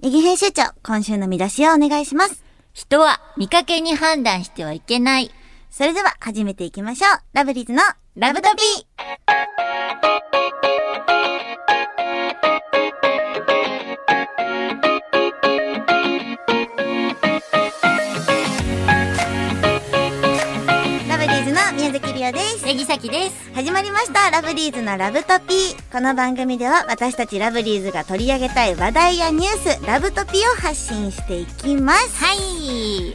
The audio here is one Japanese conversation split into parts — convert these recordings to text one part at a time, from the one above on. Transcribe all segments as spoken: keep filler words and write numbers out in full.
八木編集長、今週の見出しをお願いします。 人は見かけに判断してはいけない。 それでは始めていきましょう。ラブリーズのラブトピー。ラブリーズの宮崎りおです。 八木咲です。 始まりました。ラブリーズのラブトピー。この番組では私たちラブリーズが取り上げたい話題やニュース、ラブトピを発信していきます。 はい。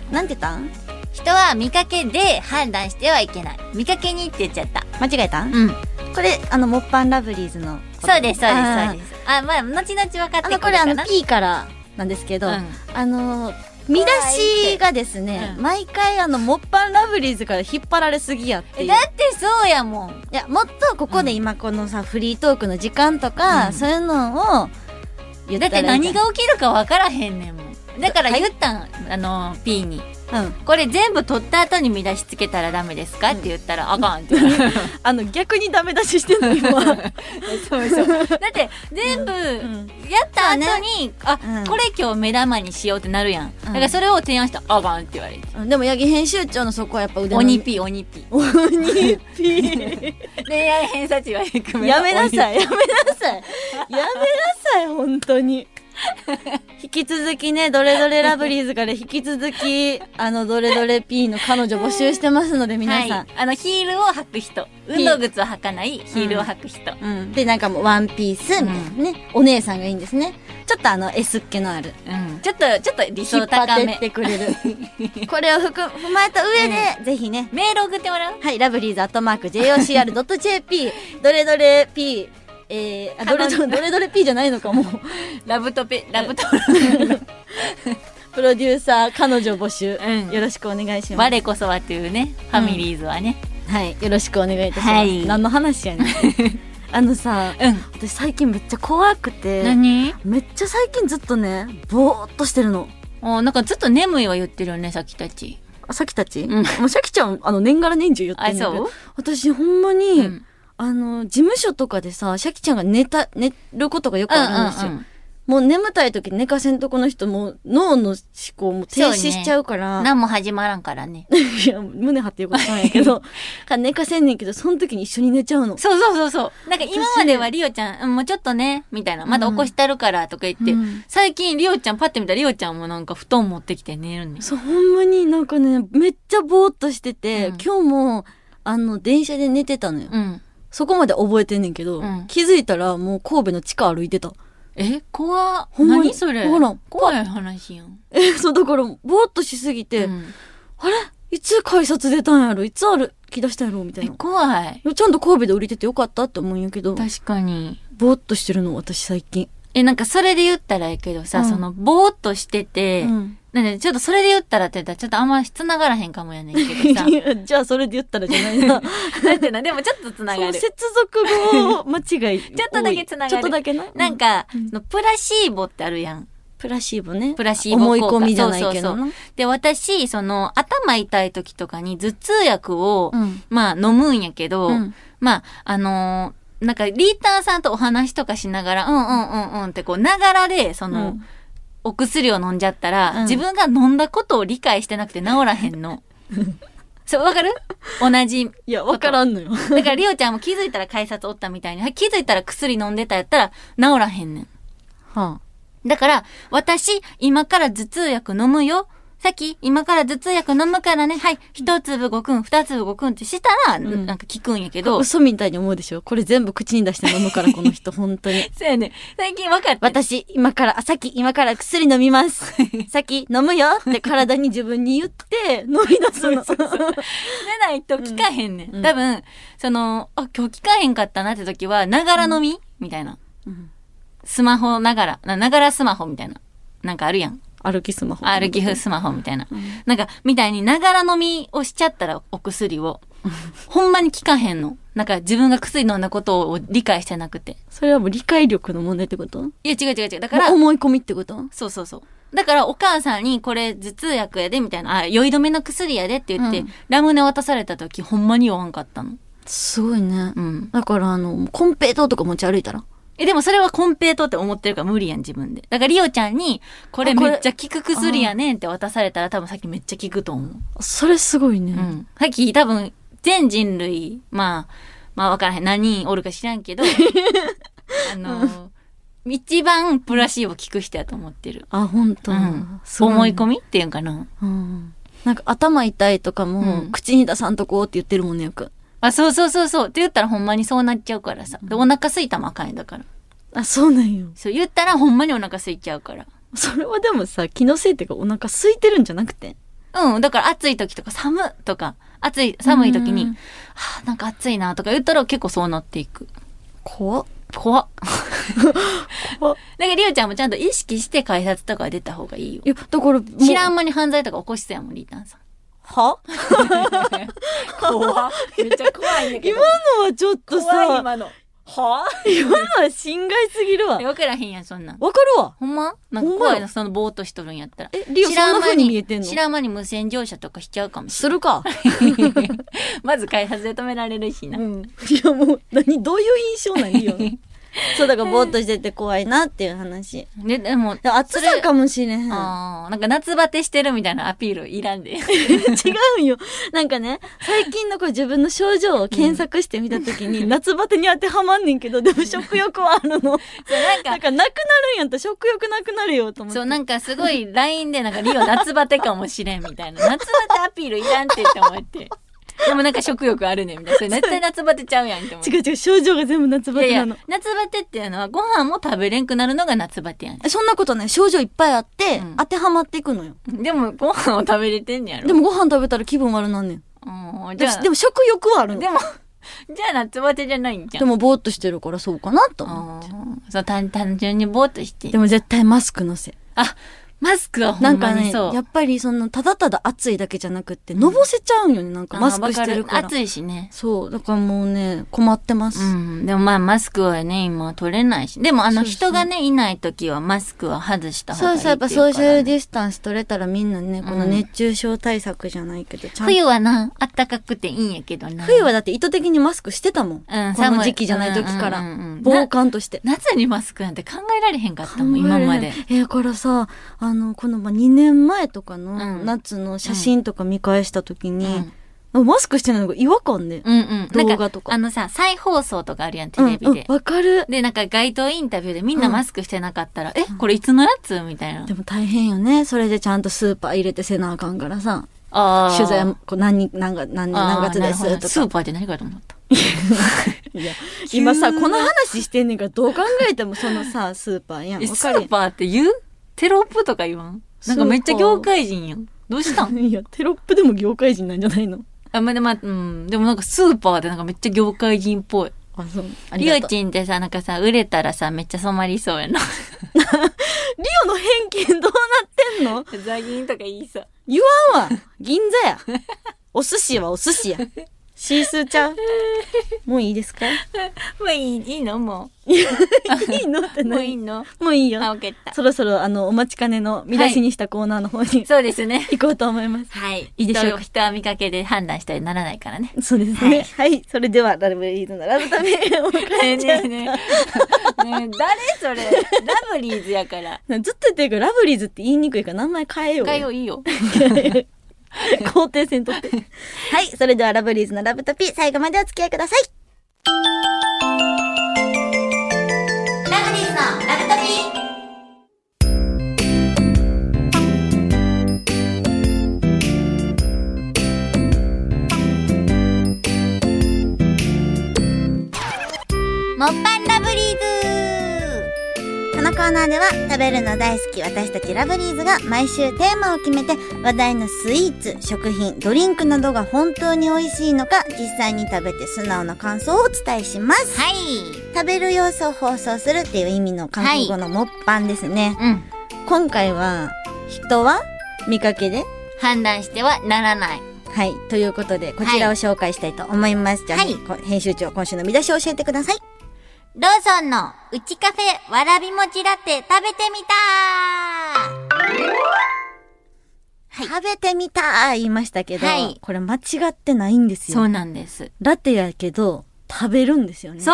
なんて言ったん？ 人は見かけで判断してはいけない。見かけにって言っちゃった。 間違えた？ うん。 これ、あの、モッパンラブリーズの。 そうです、そうです、そうです。あ、まあ、後々分かってくるかな。 あの、これあの、P からなんですけど、うん、あの、見出しがですね、うん、毎回あの、モッパンラブリーズから引っ張られすぎやっていう。 だってそうやもん。 いや、もっとここで今このさ、うん、フリートークの時間とか、うん、そういうのを言ったらいい。 だって何が起きるか分からへんねんもん。だから言ったん、はい、あの、P に。うん、これ全部取った後に見出しつけたらダメですか、うん、って言ったらあかんって言うあの逆にダメ出ししてんの今そうそうだって全部やった後に、うんね、あ、うん、これ今日目玉にしようってなるやん、だからそれを提案したらあかんって言われて、 うん、でも八木編集長のそこはやっぱ腕の鬼ピー鬼ピー鬼ピー恋愛偏差値は低め。 やめなさいやめなさいやめなさい本当に引き続きね、どれどれラブリーズから引き続き、あの、どれどれ P の彼女募集してますので、皆さん。はい、 あの、ヒールを履く人。運動靴を履かないヒールを履く人。 うんうん、で、なんかもう、ワンピース、みたいなね、うん。お姉さんがいいんですね。ちょっとあの、S っ気のある。 うん。ちょっと、ちょっと理想高め。 引っ張ってってくれる。これを踏まえた上で、うん、ぜひね。 メール送ってもらう？ はい、ラブリーズアットマーク ジェイオーシーアールドットジェーピー、どれどれ P、えー、あどれどれどれどれ P じゃないのかもうラブトペラブトプロデューサー彼女募集、うん、よろしくお願いします。 我こそはっていうね、ファミリーズはね、 うん、はい、よろしくお願いいたします。はい、何の話やねんあのさ、うん、私最近めっちゃ怖くて。 何？ めっちゃ最近ずっとねぼーっとしてるの。 あ、なんかずっと眠いは言ってるよね、さきたち。 あ、さきたち、うん、もうさきちゃんあの年がら年中言ってるんだけど、私ほんまに、うん、あの、事務所とかでさ、シャキちゃんが寝た、寝ることがよくあるんですよ。うんうんうん、もう眠たい時寝かせんとこの人も脳の思考も停止しちゃうから。 ね、何も始まらんからね。 いや、胸張ってよかったんやけど、寝かせんねんけど、その時に一緒に寝ちゃうの。 そうそうそうそう。なんか今まではリオちゃん、もうちょっとね、みたいな、まだ起こしてあるからとか言って、うん、最近リオちゃんパッて見たらリオちゃんもなんか布団持ってきて寝るね。 そう、ほんまになんかね、めっちゃぼーっとしてて、うん、今日も、あの、電車で寝てたのよ。うん、そこまで覚えてんねんけど、うん、気づいたらもう神戸の地下歩いてた。 え、怖っ。何それ。ほら、怖い話やん。 え、そう、だから、ぼーっとしすぎて、うん、あれいつ改札出たんやろいつ歩き出したんやろみたいな。 え、怖い。 ちゃんと神戸で降りててよかったって思うんやけど。 確かに。 ぼーっとしてるの、私最近。 え、なんかそれで言ったらやけどさ、うん、その、ぼーっとしてて、うん、なんで、ちょっとそれで言ったらって言ったら、ちょっとあんま繋がらへんかもやねんけどさ。 じゃあそれで言ったらじゃないな。 なんてな、でもちょっと繋がる。 接続語間違い。 ちょっとだけ繋がる。 ちょっとだけな。 なんか、うん、のプラシーボってあるやん。 プラシーボね。 プラシーボ思い込みじゃないけど。 そうそうそう。で、私、その、頭痛い時とかに頭痛薬を、うん、まあ、飲むんやけど、うん、まあ、あのー、なんか、リーターさんとお話とかしながら、うんうんうんうんってこう、ながらで、その、うん、お薬を飲んじゃったら、うん、自分が飲んだことを理解してなくて治らへんの。そう、わかる？同じ。 いや、わからんのよ。 だから、りおちゃんも気づいたら改札おったみたいに、気づいたら薬飲んでたやったら治らへんねん。はあ、だから、私、今から頭痛薬飲むよ。さっき、今から頭痛薬飲むからね。はい。一粒ごくん、二粒ごくんってしたら、うん、なんか効くんやけど。 嘘みたいに思うでしょ。これ全部口に出して飲むから、この人、本当に。 そうやね。最近分かった。 私、今から、さっき、今から薬飲みます。さっき、飲むよって体に自分に言って、飲み出すの。 そうそうそう。じゃないと効かへんねん。うん、多分、その、あ、今日効かへんかったなって時は、ながら飲み、うん、みたいな。うんスマホながら、な、ながらスマホみたいな。なんかあるやん。 歩きスマホ。 歩きスマホみたいな。うん、なんか、みたいにながら飲みをしちゃったらお薬を。ほんまに効かへんの。なんか自分が薬飲んだことを理解してなくて。 それはもう理解力の問題ってこと？ いや違う違う違う。だから。 思い込みってこと？ そうそうそう。だからお母さんにこれ頭痛薬やでみたいな、あ、酔い止めの薬やでって言って、うん、ラムネ渡された時ほんまに酔わんかったの。 すごいね。うん。だからあの、コンペイトーとか持ち歩いたらえ、でもそれはコンペイトって思ってるから無理やん、自分で。だからリオちゃんに、これめっちゃ効く薬やねんって渡されたら多分さっきめっちゃ効くと思う。 それすごいね。 うん。さっき多分、全人類、まあ、まあわからへん。何人おるか知らんけど、あの、うん、一番プラシーボ効く人やと思ってる。 あ、本当、うん、 思い込みっていうんかな。 うん。なんか頭痛いとかも、うん、口に出さんとこうって言ってるもんね、よく。 あ、そうそうそうそう。って言ったらほんまにそうなっちゃうからさ。で、お腹空いたもあかんやだから。 あ、そうなんよ。 そう、言ったらほんまにお腹空いちゃうから。 それはでもさ、気のせいっていうかお腹空いてるんじゃなくて。 うん、だから暑い時とか寒とか、暑い、寒い時に、はぁ、なんか暑いなとか言ったら結構そうなっていく。 怖っ。 怖っ。怖っ。だからリオちゃんもちゃんと意識して改札とか出た方がいいよ。 いや、だから、 知らん間に犯罪とか起こしそうやもん、リータンさん。 は怖っ。めっちゃ怖いんだけど。 今のはちょっとさ、 怖い今の。 は今のは心外すぎるわ。 わからへんやん、そんなん。 わかるわ。 ほんまなんか怖いな、そのぼーっとしとるんやったら。 え、リオそんな風に見えてんの？ 知らん間に無線乗車とかしちゃうかもしれない。 するか。 まず開発で止められるしな。 うん。いやもう、何、どういう印象なんリオの。そう、だからぼーっとしてて怖いなっていう話。 ね、でも、 で暑さかもしれへん。 ああ、なんか夏バテしてるみたいなアピールいらんで。違うんよ。なんかね、最近のこう自分の症状を検索してみたときに、うん、夏バテに当てはまんねんけど、でも食欲はあるの。そう、なんか、なんかなくなるんやったら食欲なくなるよと思って。 そう、なんかすごい ライン でなんかリオ夏バテかもしれんみたいな。夏バテアピールいらんってって思って。でもなんか食欲あるねみたいな。それ絶対夏バテちゃうやんって思う。 違う違う、症状が全部夏バテなの。いやいや、 夏バテっていうのはご飯も食べれんくなるのが夏バテやん。 そんなことね、症状いっぱいあって、うん、当てはまっていくのよ。 でもご飯を食べれてんねやろ。 でもご飯食べたら気分悪なんねん。うん、じゃあでも食欲はあるの。 でも、じゃあ夏バテじゃないんじゃん。 でもぼーっとしてるからそうかなと思って。 そう、単純にぼーっとして。 でも絶対マスクのせい。 あ、マスクはほんまにそう。 なんかね、やっぱりその、ただただ暑いだけじゃなくって、のぼせちゃうんよね、なんかマスクしてるから。 暑いしね。 そう、だからもうね、困ってます。 うん。でもまあマスクはね、今取れないし。でもあの人がね、いない時はマスクは外した方がいいっていうから、ね。そうそう、やっぱソーシャルディスタンス取れたらみんなね、この熱中症対策じゃないけど、ちゃんと。 冬はな、暖かくていいんやけどな。 冬はだって意図的にマスクしてたもん。うん、この時期じゃない時から。防寒として。 夏にマスクなんて考えられへんかったもん、今まで。 え、だからさ、あの、この、ま、にねんまえとかの夏の写真とか見返した時に、うん、マスクしてないのが違和感で、うんうん、動画とか。 あのさ、再放送とかあるやん、テレビで。わ、 うんうん、かる。 で、なんか街頭インタビューでみんなマスクしてなかったら、うん、え、これいつのやつみたいな。 でも大変よね。それでちゃんとスーパー入れてせなあかんからさ。あ取材、こう何、何が、何、何月ですとか。 スーパーって何かと思った。 いや、今さ、この話してんねんからどう考えてもそのさ、スーパーやん。 スーパーって言う？テロップとか言わん？なんかめっちゃ業界人やん。どうしたん？ いや、テロップでも業界人なんじゃないの？ あ、まあ、でも、うん。でもなんかスーパーでなんかめっちゃ業界人っぽい。 あ、そう。 リオチンってさ、なんかさ、売れたらさ、めっちゃ染まりそうやな。 リオの偏見どうなってんの？ ザギンとか言いそう。 言わんわ。銀座や。お寿司はお寿司や。シースーちゃん。もういいですか？ もういい、いいのもう。いいのって何？ もういいの？ もういいよ。 あ、オッケー。 そろそろ、あの、お待ちかねの見出しにしたコーナーの方に、はい、 そうですね。 行こうと思います。 はい。いいでしょうか？人は見かけで判断したりならないからね。 そうですね。はい。はい、それでは、ラブリーズのラブ旅へお迎えちゃう。ねえねえ。ねえ、誰それ？ラブリーズやから。 ずっと言ってるけど、ラブリーズって言いにくいから名前変えよう。 変えよう、いいよ。 肯定戦とって。はい。それではラブリーズのラブトピ、最後までお付き合いください。 ラブリーズのラブトピ。もっぱんラブリーズ。 このコーナーでは食べるの大好き私たちラブリーズが毎週テーマを決めて話題のスイーツ、食品、ドリンクなどが本当に美味しいのか実際に食べて素直な感想をお伝えします。 はい。 食べる様子を放送するっていう意味の韓国語のもっぱんですね。 はい、うん。 今回は人は見かけで判断してはならない。 はい。ということでこちらを紹介したいと思います。はい、じゃあ、はい、編集長今週の見出しを教えてください。 ローソンのうちカフェわらび餅ラテ食べてみたー、 はい、食べてみたー言いましたけど、はい、これ間違ってないんですよ。 そうなんです。 ラテやけど食べるんですよね。 そう。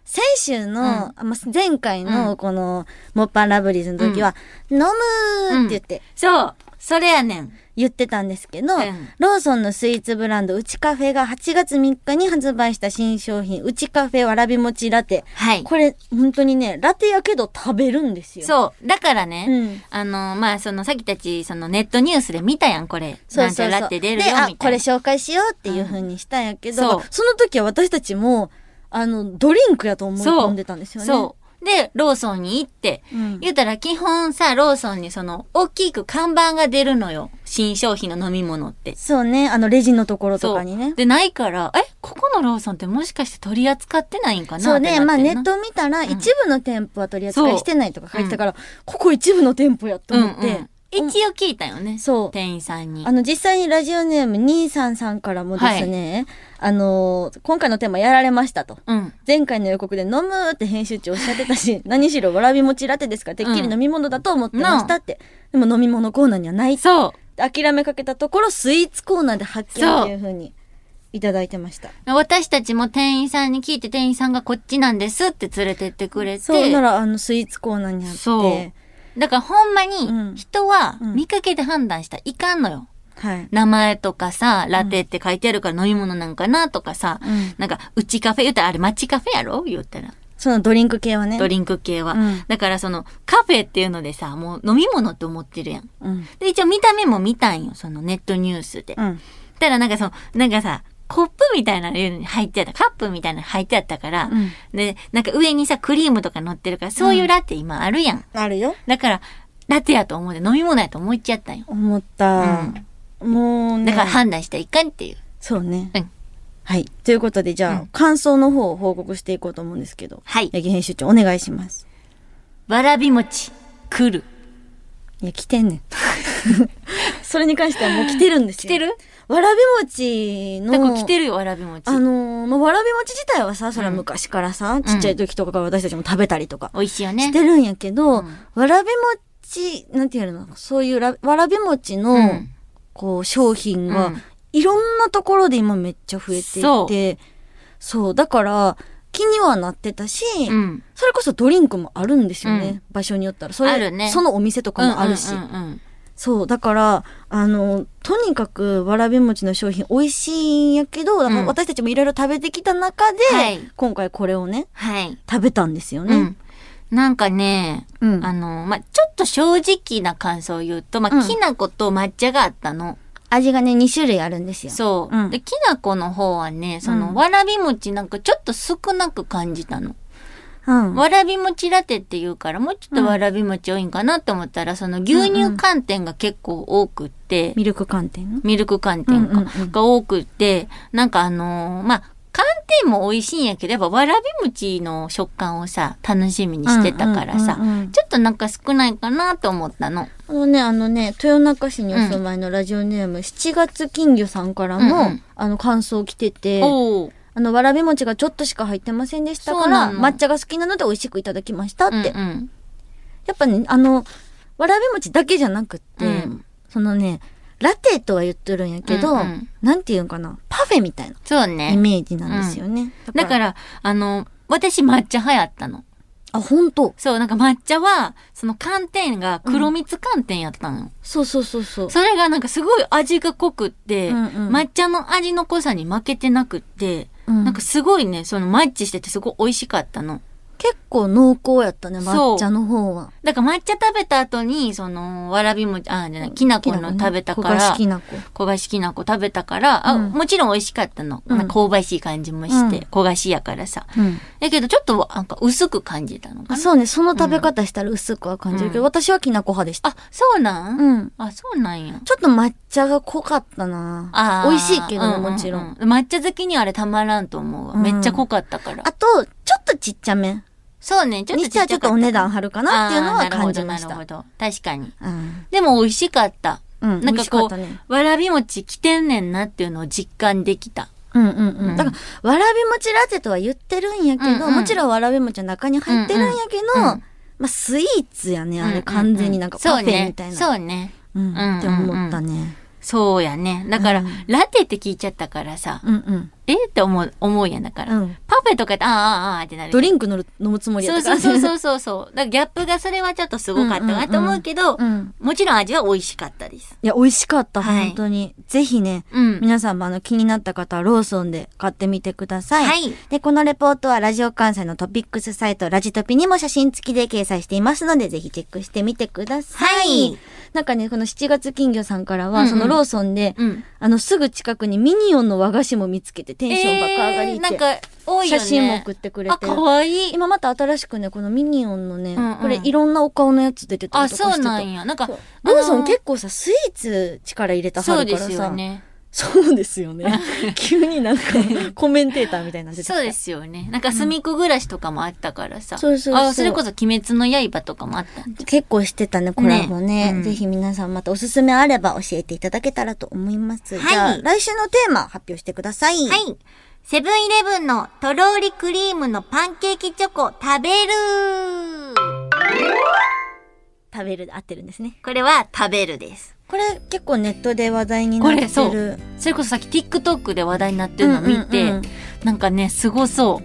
先週の、うん、前回のこの、モッパンラブリーズの時は、うん、飲むって言って、うん、 そう、それやねん。 言ってたんですけど、うん、ローソンのスイーツブランドうちカフェがはちがつみっかに発売した新商品、うちカフェわらび餅ラテ。はい。これ、本当にね、ラテやけど食べるんですよ。 そう。だからね、うん、あの、まあ、その、さっきたち、そのネットニュースで見たやん、これ。そうそうそう。なんてラテ出るよ、みたいな。で、あ、 これ紹介しようっていう風にしたんやけど、うん、そう。その時は私たちも、あの、ドリンクやと思い込んでたんですよね。 そう。そうで、ローソンに行って、うん、言うたら基本さ、ローソンにその、大きく看板が出るのよ。新商品の飲み物って。 そうね。あの、レジのところとかにね。 で、ないから、え、ここのローソンってもしかして取り扱ってないんかなそうね。まあ、ネット見たら、うん、一部の店舗は取り扱いしてないとか書いてたから、うん、ここ一部の店舗やと思って。うんうん一応聞いたよね。そう。店員さんに。 あの、実際にラジオネームにーさんさんからもですね、はい、あのー、今回のテーマやられましたと。うん。前回の予告で飲むって編集長おっしゃってたし、何しろわらび餅ラテですからてっきり飲み物だと思ってましたって。うん、でも飲み物コーナーにはない。そう。諦めかけたところ、スイーツコーナーで発見っていう風にいただいてました。 私たちも店員さんに聞いて、店員さんがこっちなんですって連れてってくれて。 そうなら、あの、スイーツコーナーにあって。そう。 だからほんまに人は見かけで判断したらいかんのよ。はい、名前とかさ、ラテって書いてあるから飲み物なんかなとかさ、うん、なんかうちカフェ言ったらあれ街カフェやろ言ったら。 そのドリンク系はね。 ドリンク系は。うん、だからそのカフェっていうのでさ、もう飲み物って思ってるやん。うん、で、一応見た目も見たんよ、そのネットニュースで。うん、ただなんかその、なんかさ、コップみたいなのに入ってあった。カップみたいなの入ってあったから、うん、で、なんか上にさ、クリームとか乗ってるから、そういうラテ今あるやん。 うん、あるよ。 だから、ラテやと思うで飲み物やと思っちゃったんよ。 思った。うん、もうね。 だから判断したらいかんっていう。 そうね。うん。はい。ということで、じゃあ、うん、感想の方を報告していこうと思うんですけど。はい。八木編集長、お願いします。 わらび餅、来る。 いや、来てんねん。それに関してはもう来てるんですよ。 来てるわらび餅の。 だから来てるよ、わらび餅。 あのー、まあ、わらび餅自体はさ、それは昔からさ、うん、ちっちゃい時とかから私たちも食べたりとか。 美味しいよね。 してるんやけど、うん、わらび餅、なんて言うのそういうらわらび餅の、うん、こう、商品が、うん、いろんなところで今めっちゃ増えていて、そう。そう、だから、気にはなってたし、うん、それこそドリンクもあるんですよね。うん、場所によったら。それあるね。そのお店とかもあるし。うんうんうんうんそう、だから、あの、とにかくわらび餅の商品美味しいんやけど、だから私たちもいろいろ食べてきた中で、うんはい、今回これをね、はい、食べたんですよね。うん、 なんかね、うん、あの、ま、ちょっと正直な感想を言うと、ま、うん、きな粉と抹茶があったの。 味がね、に種類あるんですよ。 そう。うん、で、きな粉の方はね、その、わらび餅なんかちょっと少なく感じたの。うん、わらび餅ラテって言うから、もうちょっとわらび餅多いんかなと思ったら、うん、その牛乳寒天が結構多くって、うんうん、 ミルク寒天ミルク寒天か、うんうんうん、が多くって、なんかあのー、まあ、寒天も美味しいんやけど、やっぱわらび餅の食感をさ、楽しみにしてたからさ、うんうんうんうん、ちょっとなんか少ないかなと思ったの。 あのね、あのね、豊中市にお住まいのラジオネーム、うん、しちがつ金魚さんからも、うんうん、あの、感想来てて、おーあの、わらび餅がちょっとしか入ってませんでしたから、抹茶が好きなので美味しくいただきましたって。うんうん、やっぱね、あの、わらび餅だけじゃなくって、うん、そのね、ラテとは言ってるんやけど、うんうん、なんていうんかな、パフェみたいな。そうね。イメージなんですよね。 うん、だから、だからあの、私抹茶流行ったの。 あ、ほんと？ そう、なんか抹茶は、その寒天が黒蜜寒天やったの、うん。 そうそうそうそう。 それがなんかすごい味が濃くって、うんうん、抹茶の味の濃さに負けてなくって、うん、なんかすごいね、そのマッチしててすごい美味しかったの。 結構濃厚やったね、抹茶の方は。 だから抹茶食べた後に、その、わらび餅、あ、じゃない、きな粉の食べたから、 焦がしきな粉。 焦がしきな粉食べたから、あ、うん、もちろん美味しかったの。うん、なんか香ばしい感じもして、うん、焦がしやからさ。うん、だけどちょっとなんか薄く感じたのかな。 そうね、その食べ方したら薄くは感じるけど、うん、私はきな粉派でした。 あ、そうなんうん。あ、そうなんや。 ちょっと抹茶が濃かったなあ美味しいけどね、うんうんうん、もちろん。 抹茶好きにあれたまらんと思うわ。めっちゃ濃かったから。 あと、ちょっとちっちゃめ。 そうね、ちょっとちっちゃかった。にしてはちょっとお値段張るかなっていうのは感じました。 なるほど、なるほど。確かに。うん、でも美味しかった。うん、なんかこう、ね、わらび餅来てんねんなっていうのを実感できた。 うんうんうん。うん、だから、わらび餅ラテとは言ってるんやけど、うんうん、もちろんわらび餅は中に入ってるんやけど、うんうん、まあスイーツやね、あれ完全になんかパフェみたいな。 そうね。そうね。 うん。って思ったね。 そうやね。だから、うん、ラテって聞いちゃったからさ。うんうん。 えって思う、思うやんだから。うん、パフェとかって、ああ、ああ、ってなる。 ドリンクの飲むつもりやったから、ね。 そうそうそうそう。だからギャップがそれはちょっとすごかったなと思うけど、うんうんうん、もちろん味は美味しかったです。 いや、美味しかった、はい、本当に。ぜひね、うん、皆さんもあの気になった方はローソンで買ってみてください。はい。で、このレポートはラジオ関西のトピックスサイト、ラジトピにも写真付きで掲載していますので、ぜひチェックしてみてください。はい。なんかね、このしちがつ金魚さんからは、うんうん、そのローソンで、うん、あの、すぐ近くにミニオンの和菓子も見つけてテンション爆上がりって、えー、なんか多いよね、写真も送ってくれて。 あ、かわいい。 今また新しくね、このミニオンのね、うんうん、これいろんなお顔のやつ出てたりとかしてた。 あ、そうなんや。なんか、 ローソン結構さ、スイーツ力入れたはるからさ。そうですよね。そうですよね。急になんかコメンテーターみたいなの出てきた。 そうですよね。なんか隅っこ暮らしとかもあったからさ。うん、そうそうそう。あ、それこそ鬼滅の刃とかもあったんじゃん。 結構してたね、コラボね。ね、うん、ぜひ皆さんまたおすすめあれば教えていただけたらと思います。はい、じゃあ、来週のテーマ発表してください。 はい。セブンイレブンのとろーりクリームのパンケーキチョコ食べる食べるで合ってるんですね。 これは食べるです。 これ結構ネットで話題になってる。これそう。 それこそさっき TikTok で話題になってるのを見て、うんうんうん、なんかね、すごそう。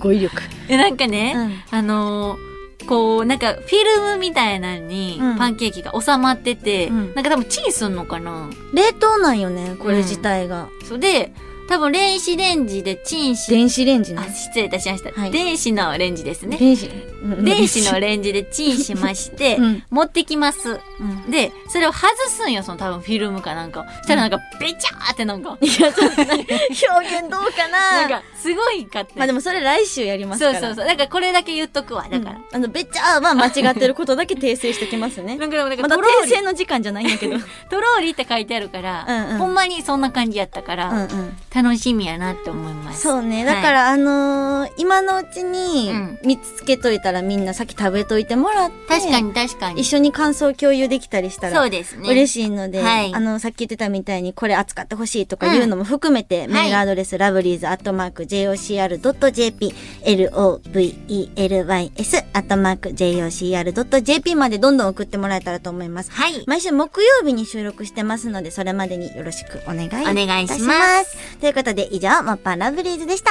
語彙力。 え、なんかね、うん、あのー、こう、なんかフィルムみたいなのにパンケーキが収まってて、うん、なんか多分チンすんのかな。 冷凍なんよね、これ自体が。 うん、そうで、多分電子レンジでチンし、 電子レンジね。 あ、失礼いたしました。はい、電子のレンジですね。 電子。 電子のレンジでチンしまして、うん、持ってきます、うん。で、それを外すんよ、その多分フィルムかなんか。そしたらなんか、べちゃーってなんか。 いや、ちょっと表現どうかな。 なんか、すごいかって。 まあでもそれ来週やりますから。 そうそうそう。だからこれだけ言っとくわ。だから。うん、 あの、べちゃーは間違ってることだけ訂正してきますね。なんか、なんか、まだ訂正の時間じゃないんだけど。 トローリって書いてあるから、うんうん、ほんまにそんな感じやったから、うんうん、楽しみやなって思います。 そうね。だから、はい、あのー、今のうちに見つけといたらみんなさっき食べといてもらって。 確かに確かに。 一緒に感想共有できたりしたら。 そうですね。 嬉しいので、はい、あの、さっき言ってたみたいにこれ扱ってほしいとかいうのも含めて、うん、メールアドレス、はい、ラブリーズアットマーク ジェイオーシーアールドットジェーピー、ローブイイーエルワイエス アットマーク ジェイオーシーアールドットジェーピー までどんどん送ってもらえたらと思います。はい。毎週木曜日に収録してますので、それまでによろしくお願いいたします。 お願いします。 ということで、以上、もっぱんラブリーズでした。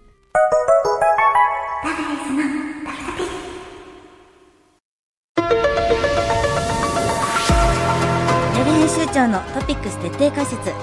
ラブリーズのタピタピ。八木編集長のトピックス徹底解説。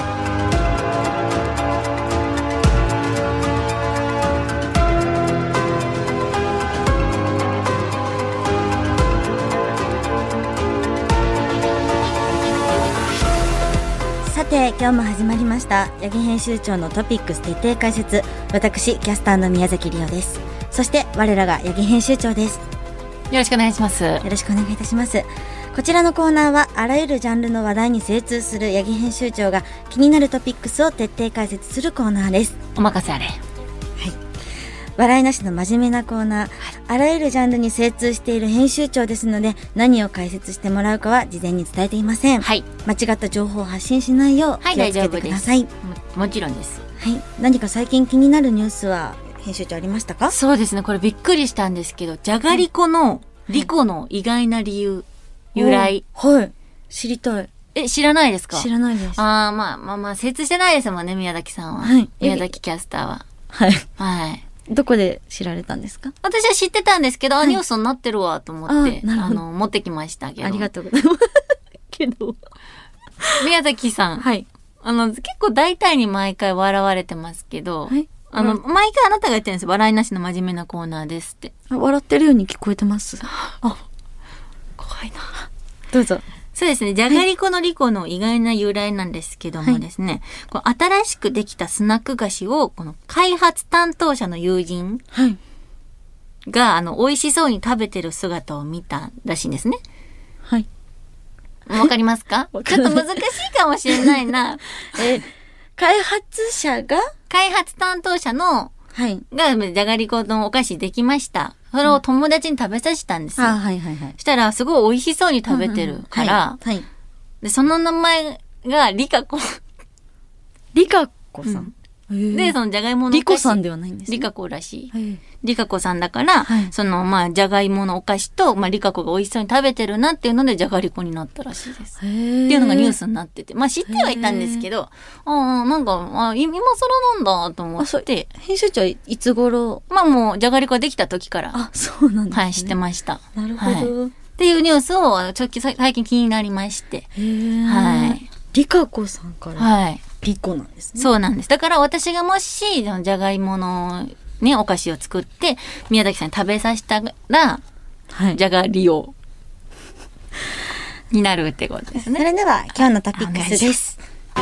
さて、今日も始まりました八木編集長のトピックス徹底解説。私キャスターの宮崎里央です。そして我らが八木編集長です。 よろしくお願いします。よろしくお願いいたします。こちらのコーナーはあらゆるジャンルの話題に精通する八木編集長が気になるトピックスを徹底解説するコーナーです。 お任せあれ。はい。 笑いなしの真面目なコーナー、はい、あらゆるジャンルに精通している編集長ですので、何を解説してもらうかは事前に伝えていません。はい。間違った情報を発信しないよう気をつけてください。はい、大丈夫です。 も, もちろんです。 はい。何か最近気になるニュースは編集長ありましたか？ そうですね。これびっくりしたんですけど、じゃがりこのリコの意外な理由、はい、由来。 はい。知りたい。 え、知らないですか？ 知らないです。 ああ、まあまあまあ、精通してないですもんね、宮崎さんは。はい。宮崎キャスターは。 はい。 はい。 どこで知られたんですか？ 私は知ってたんですけど、はい、ニュースになってるわと思って、あ, あの、持ってきましたけど。 ありがとうございます。けど。 宮崎さん。はい。あの、結構大体に毎回笑われてますけど、はい。あの、うん、毎回あなたが言ってるんですよ。笑いなしの真面目なコーナーですって。 あ、笑ってるように聞こえてます。あ、 怖いな。 どうぞ。 そうですね。じゃがりこのりこの意外な由来なんですけどもですね、はい、こう新しくできたスナック菓子を、この開発担当者の友人が、はい、あの、美味しそうに食べてる姿を見たらしいんですね。 はい。 わかりますか？ちょっと難しいかもしれないな。 え、開発者が開発担当者の、はい。が、じゃがりこのお菓子できました。それを友達に食べさせたんですよ。 あ、はいはいはい。 したら、すごい美味しそうに食べてるから、はい、はい。で、その名前がリカコ。 リカコさん、うん、 で、そのじゃがいものお菓子。 リコさんではないんですね。 リカコらしい。リカコさんだから、はい、その、まあ、じゃがいものお菓子と、まあ、リカコが美味しそうに食べてるなっていうので、じゃがりこになったらしいです。っていうのがニュースになってて。まあ、知ってはいたんですけど、ああ、なんか、あ今更なんだと思って。 編集長はいつ頃？ まあ、もう、じゃがりこができた時から。 あ、そうなんですね。 はい、知ってました。 なるほど。はい、 っていうニュースを、ちょっと最近気になりまして。はい。 リカコさんから。はい。ピコなんですね。 そうなんです。だから私がもし、じゃがいものね、お菓子を作って、宮崎さんに食べさせたら、はい、じゃがりおになるってことですね。 それでは、今日のトピックスです。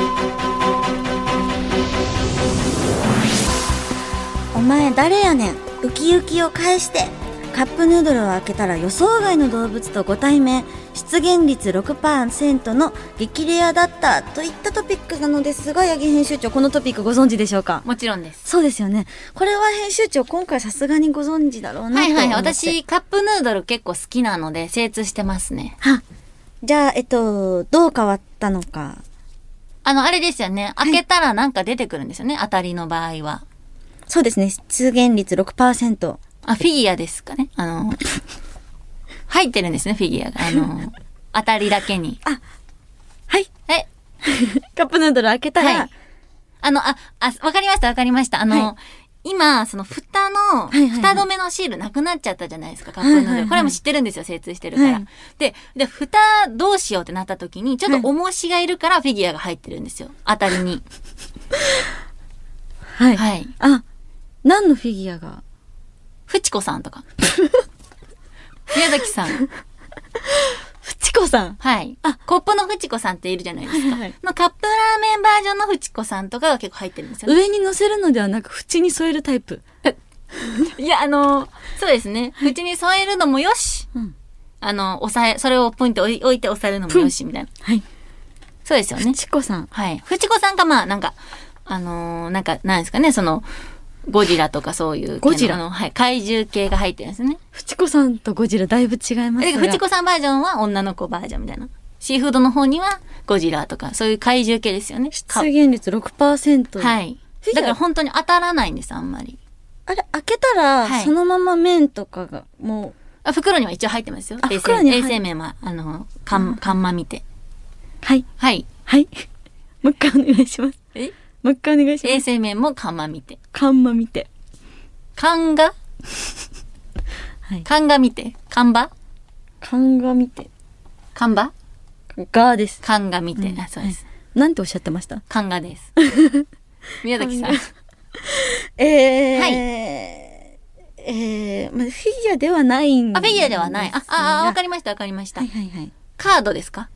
お前誰やねん。ウキウキを返して。カップヌードルを開けたら予想外の動物とご対面。出現率 ろくパーセント の激レアだったといったトピックなのですが、八木編集長、このトピックご存知でしょうか？ もちろんです。 そうですよね。これは編集長今回さすがにご存知だろうなと思って。 はいはい。私カップヌードル結構好きなので精通してますね。 はじゃあえっとどう変わったのか。 あのあれですよね。開けたらなんか出てくるんですよね。はい、当たりの場合は。 そうですね。出現率 ろくパーセント。 あ、フィギュアですかね。あの入ってるんですね、フィギュアが。あの、当たりだけに。 あ、はい。 えカップヌードル開けたら、はい、 あの、あ、あ、わかりました、わかりました。あの、はい、今、その蓋の、蓋止めのシールなくなっちゃったじゃないですか、カップヌードル。はいはいはい、これも知ってるんですよ、精通してるから。はい、で、で、蓋どうしようってなった時に、ちょっと重しがいるからフィギュアが入ってるんですよ、当たりに。 はい。はい。あ、何のフィギュアが？ フチコさんとか。宮崎さん。 フチコさん。 はい。あ、コップのフチコさんっているじゃないですか。はいはい、のカップラーメンバージョンのフチコさんとかが結構入ってるんですよ、ね。 上に乗せるのではなく、縁に添えるタイプ。 いや、あのー、そうですね。縁に添えるのもよし。うん、あの、押さえ、それをポイント置いて押さえるのもよし、みたいな。はい。そうですよね。 フチコさん。 はい。フチコさんがまあ、なんか、あのー、なんか、なんですかね、その、ゴジラとかそういうゴジラの、はい、怪獣系が入ってるんですね。 フチコさんとゴジラだいぶ違いますが。 フチコさんバージョンは女の子バージョンみたいな。シーフードの方にはゴジラとかそういう怪獣系ですよね。 出現率 ろくパーセント。 はい。だから本当に当たらないんです、あんまり。 あれ、開けたら、はい、そのまま麺とかがもう。 あ、袋には一応入ってますよ。衛生、衛生麺は、あの、かん、かんま見て。 はい。 はい。 はい。もう一回お願いします。 えもう一回お願いします。 衛生麺もかんま見て。 かんま見て。 かんがはい。かんが見て。かんばかんが見て。 かんばがです。 かんが見て、うん。あ、そうです。 なんておっしゃってました？ かんがです。宮崎さん。 えー、はい。えー、まあ、フィギュアではないんです、ね。 あ、フィギュアではない。あ、あ、わかりました、わかりました。 はいはいはい。 カードですか？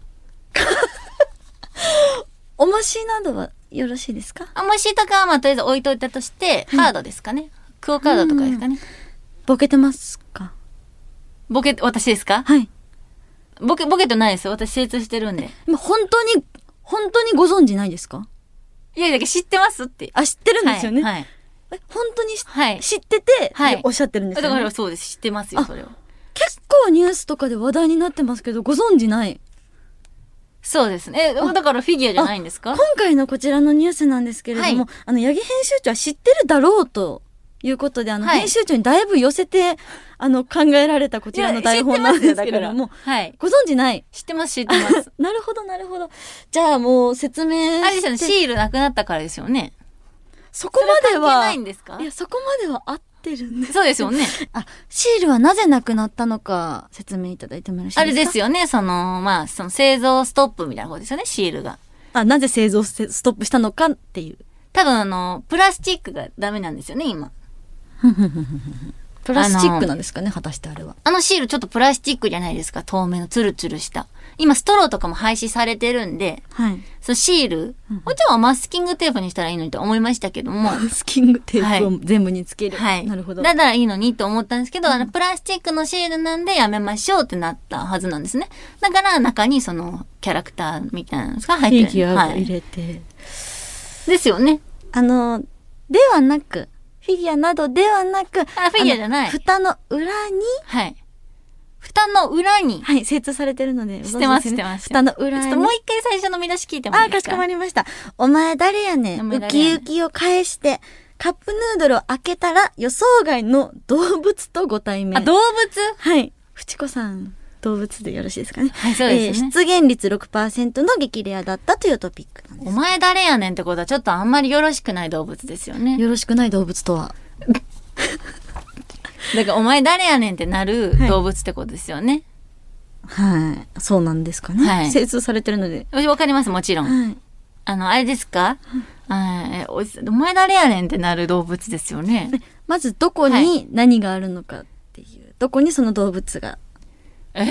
おもしなどはよろしいですか？ おもしとかはまあとりあえず置いといたとして、カードですかね。クオカードとかですかね。 ボケてますか？ ボケ、私ですか？ はい。 ボケ、ボケてないですよ。私精通してるんで。 今本当に、本当にご存知ないですか？ いやいや、知ってますって。 あ、知ってるんですよね。 はい。はい、 え、本当に、 はい、 知ってて、はい、おっしゃってるんですよね。 だからそうです。知ってますよ、それは。 結構ニュースとかで話題になってますけど、ご存知ない。 そうですね。だからフィギュアじゃないんですか？ 今回のこちらのニュースなんですけれども、はい、あの、八木編集長は知ってるだろうということで、あの、はい、編集長にだいぶ寄せて、あの、考えられたこちらの台本なんですけれども、はい、ご存知ない？ 知ってます、知ってます。 なるほど、なるほど。じゃあもう説明して。 あれですよね、シールなくなったからですよね。 そこまでは、 関係ないんですか？ いや、そこまでは合ってるんです。 そうですよね。 あ、シールはなぜなくなったのか説明いただいてもよろしいですか？ あれですよね、その、まあ、その製造ストップみたいなことですよね、シールが。 あ、なぜ製造ストップしたのかっていう。 多分あの、プラスチックがダメなんですよね、今。 プラスチックなんですかね、果たしてあれは。 あのシールちょっとプラスチックじゃないですか、透明のツルツルした。今ストローとかも廃止されてるんで、はい。そのシール、もちろんマスキングテープにしたらいいのにと思いましたけども。 マスキングテープを全部につける。 はい。 なるほど。 だったらいいのにと思ったんですけど、あの、プラスチックのシールなんでやめましょうってなったはずなんですね。だから中にそのキャラクターみたいなのが入ってる。 フィギュアを入れて、はい。 ですよね。 あの、ではなく、フィギュアなどではなく、 あ、フィギュアじゃない。 蓋の裏に、 はい。 蓋の裏に。 はい、精通されてるので。 知ってます、知ってます。 蓋の裏に。 ちょっともう一回最初の見出し聞いてもいいですか？ あ、かしこまりました。お前誰やねん。ウキウキを返して、カップヌードルを開けたら予想外の動物とご対面。 あ、動物？ はい。フチコさん、動物でよろしいですかね。 はい、そうですね。 えー、出現率 ろくパーセント の激レアだったというトピックなんです。 お前誰やねんってことはちょっとあんまりよろしくない動物ですよね。 よろしくない動物とはだからお前誰やねんってなる動物ってことですよね。 はい、はい、そうなんですかね。はい、精通されてるので。 わかります、もちろん。はい、あのあれですか？あお, お前誰やねんってなる動物ですよね。 まずどこに何があるのかっていう、はい、どこにその動物が。 え？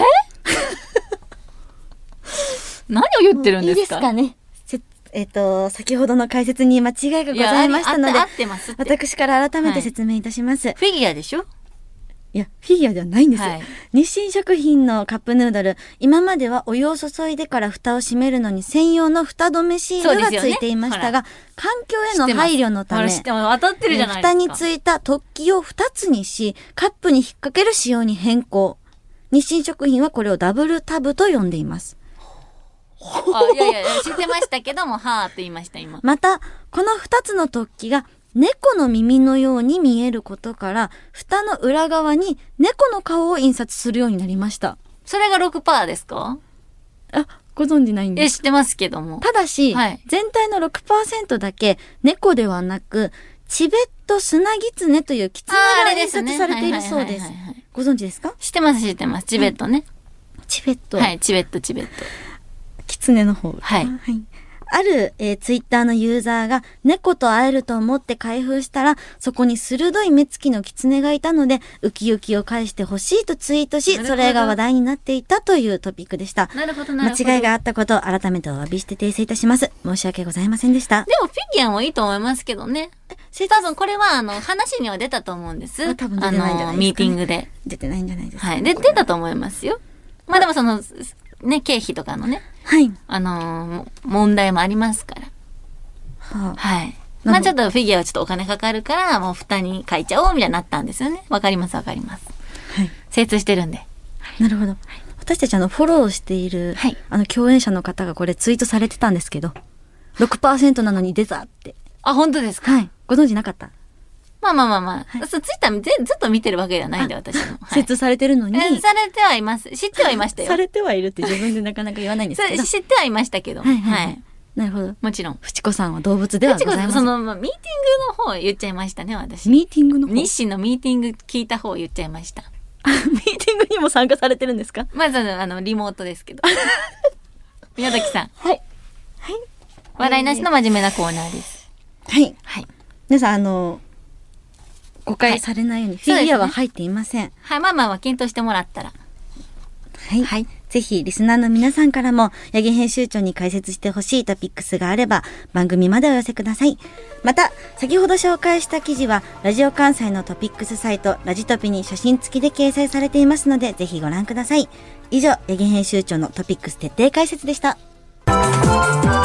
何を言ってるんですか？いいですかね。 えっ、ー、と、先ほどの解説に間違いがございましたので、私から改めて説明いたします。はい、 フィギュアでしょ？ いや、フィギュアではないんですよ。はい、日清食品のカップヌードル、今まではお湯を注いでから蓋を閉めるのに専用の蓋止めシールがついていましたが、ね、環境への配慮のため、蓋についた突起をふたつにし、カップに引っ掛ける仕様に変更。日清食品はこれをダブルタブと呼んでいます。 あ、いやいや、知ってましたけども、はーって言いました、今。 また、このふたつの突起が猫の耳のように見えることから、蓋の裏側に猫の顔を印刷するようになりました。 それが ろくパーセント ですか？ あ、ご存知ないんです。 え、知ってますけども。 ただし、はい、全体の ろくパーセント だけ猫ではなく、チベットスナギツネというキツネが印刷されているそうです。ご存知ですか？ 知ってます、知ってます。チベットね。 うん、チベット。 はい、チベット、チベット。 キツネの方。 はい。 はい。ある、えー、ツイッターのユーザーが猫と会えると思って開封したら、そこに鋭い目つきのキツネがいたので、ウキウキを返してほしいとツイートし、それが話題になっていたというトピックでした。 なるほど、なるほど。 間違いがあったことを改めてお詫びして訂正いたします。申し訳ございませんでした。 でもフィギュアもいいと思いますけどね。多分これはあの話には出たと思うんです。 あ、多分出てないんじゃないですか、ね。あのミーティングで。 出てないんじゃないですか、ね。 はい。で、出たと思いますよ。まあでもその、ね、経費とかのね。 はい。 あのー、問題もありますから。 はあ、 はい。まあちょっとフィギュアはちょっとお金かかるから、もう蓋に書いちゃおうみたいになったんですよね。わかりますわかります。 はい。 精通してるんで。 なるほど。はい、私たちあの、フォローしている、はい、あの、共演者の方がこれツイートされてたんですけど、ろくパーセント なのに出たって。 あ、本当ですか？ はい。ご存知なかった？ まあまあまあまあ。はい、ツイッターずっと見てるわけではないんで、私も。 はい、精通されてるのに。 されてはいます。知ってはいましたよ。 されてはいるって自分でなかなか言わないんですけど。 知ってはいましたけど。 はい、はい。はい。なるほど。 もちろん。 フチコさんは動物ではございません。 その、まあ、ミーティングの方言っちゃいましたね、私。 ミーティングの方？ 日清のミーティング聞いた方言っちゃいました。 ミーティングにも参加されてるんですか？ まず、あの、リモートですけど。宮崎さん。 はい。はい。 笑いなしの真面目なコーナーです。 はい。 はい。 皆さん、あの、誤解されないように、フィギュアは入っていません。 はい、まあまあまあ、検討してもらったら。 はい。はい。ぜひ、リスナーの皆さんからも、八木編集長に解説してほしいトピックスがあれば、番組までお寄せください。また、先ほど紹介した記事は、ラジオ関西のトピックスサイト、ラジトピに写真付きで掲載されていますので、ぜひご覧ください。以上、八木編集長のトピックス徹底解説でした。ラブリーズの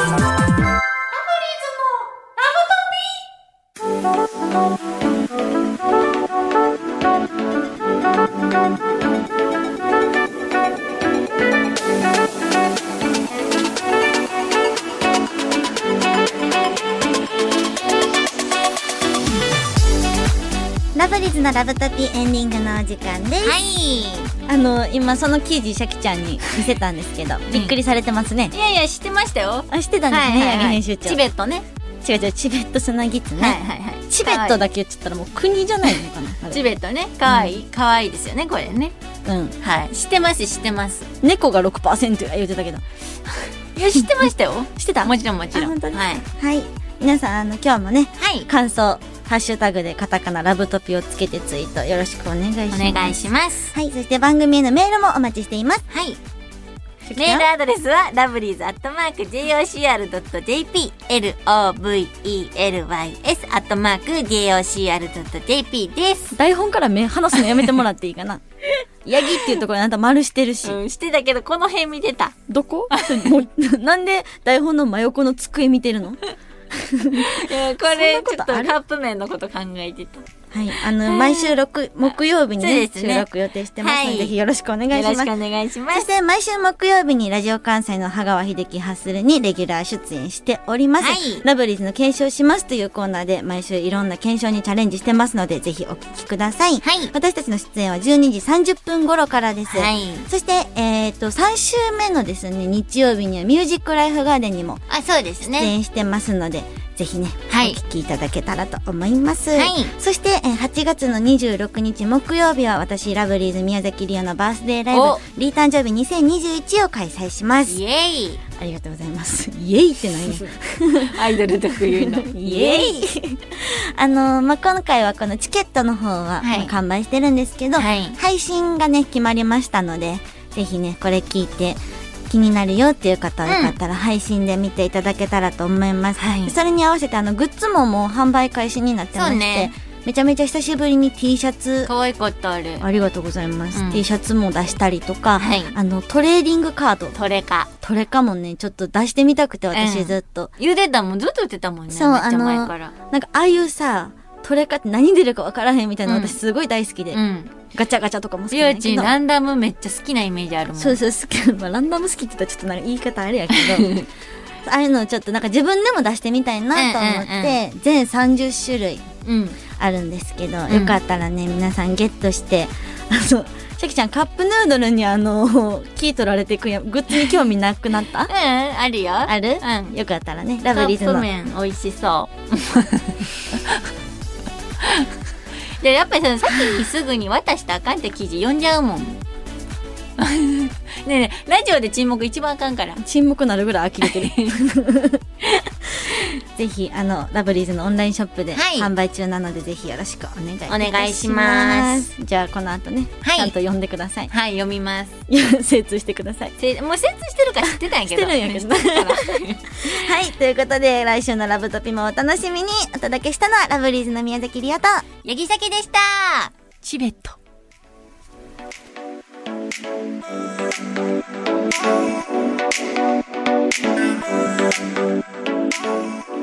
ラブトピラブリーズのラブトピエンディングのお時間です。 はい。 あの、今その記事、シャキちゃんに見せたんですけど、びっくりされてますね。 いやいや、知ってましたよ。 あ、知ってたんですね、八木編集長。 チベットね。 違う違う、チベットスナギツね。 はいはいはい。 チベットだけ言っちゃったらもう国じゃないのかな。 チベットね。かわいい。かわいいですよね、これね。 うん。 はい。知ってます、知ってます。 猫が ろくパーセント 言ってたけど。 いや、知ってましたよ。 知ってた？ もちろんもちろん。 本当に。 はい。 はい。皆さん、あの、今日もね、 はい。 感想、ハッシュタグでカタカナラブトピをつけてツイートよろしくお願いします。 お願いします。 はい。そして番組へのメールもお待ちしています。 はい。メールアドレスはラブリーズアットマーク ジェイオーシーアールドットジェーピー ラブリーズ アットマーク ジェイオーシーアールドットジェーピー です。 台本から目離すのやめてもらっていいかな。ヤギっていうところにあんた丸してるし。 うん、してたけどこの辺見てた。 どこ？もうなんで台本の真横の机見てるの？ いや、これちょっとカップ麺のこと考えてた。 はい。あの、毎週六木曜日にね、収録予定してますので、ぜひよろしくお願いします。よろしくお願いします。 そして、毎週木曜日にラジオ関西の羽川秀樹ハッスルにレギュラー出演しております。はい、ラブリーズの検証しますというコーナーで、毎週いろんな検証にチャレンジしてますので、ぜひお聞きください。はい。私たちの出演はじゅうにじさんじゅっぷん頃からです。はい。そして、えっと、さん週目のですね、日曜日にはミュージックライフガーデンにも、あ、そうですね。出演してますので、ぜひね、はい、お聞きいただけたらと思います。はい、そして、えはちがつのにじゅうろくにち木曜日は私ラブリーズ宮崎りおのバースデーライブリー誕生日にせんにじゅういちを開催します。イエイ、ありがとうございます。イエイって何やアイドル特有のイエイあの、まあ、今回はこのチケットの方は、はい、まあ、完売してるんですけど、はい、配信がね決まりましたので、ぜひねこれ聞いて気になるよっていう方はよかったら配信で見ていただけたらと思います、はい、それに合わせてあのグッズももう販売開始になってまして、ね、めちゃめちゃ久しぶりに T シャツ可愛かったあれ、 ありがとうございます、うん、T シャツも出したりとか、はい、あのトレーディングカードトレカトレカもねちょっと出してみたくて私ずっと、 うん、言うてたもんずっと言ってたもんね。そう、めっちゃ前からなんかああいうさトレカって何出るか分からへんみたいな、うん、私すごい大好きで、うん、ガチャガチャとかも好きだけど、 りょうちランダムめっちゃ好きなイメージあるもん。 そうそう好き、まあ、ランダム好きって言ったらちょっとなんか言い方あれやけどああいうのをちょっとなんか自分でも出してみたいなと思って、うんうんうん、全さんじゅっしゅるいあるんですけど、うん、よかったらね皆さんゲットしてあのシャキちゃんカップヌードルにあのキー取られていくやグッズに興味なくなった？ うんあるよ。 ある？うん、よかったらねラブリーズのカップ麺美味しそうでやっぱりその先にすぐに渡したらあかんって記事読んじゃうもんねえねえラジオで沈黙一番あかんから。 沈黙なるぐらい呆れてるぜひあのラブリーズのオンラインショップで販売中なので、はい、ぜひよろしくお願いいたします。 お願いします。 じゃあこの後ね、はい、ちゃんと読んでください。 はい、読みます。 精通してください。 もう精通してるから知ってたんやけどしてるんやけどはい、ということで来週のラブトピもお楽しみに。お届けしたのはラブリーズの宮崎りおと八木崎でした。チベット Thank you.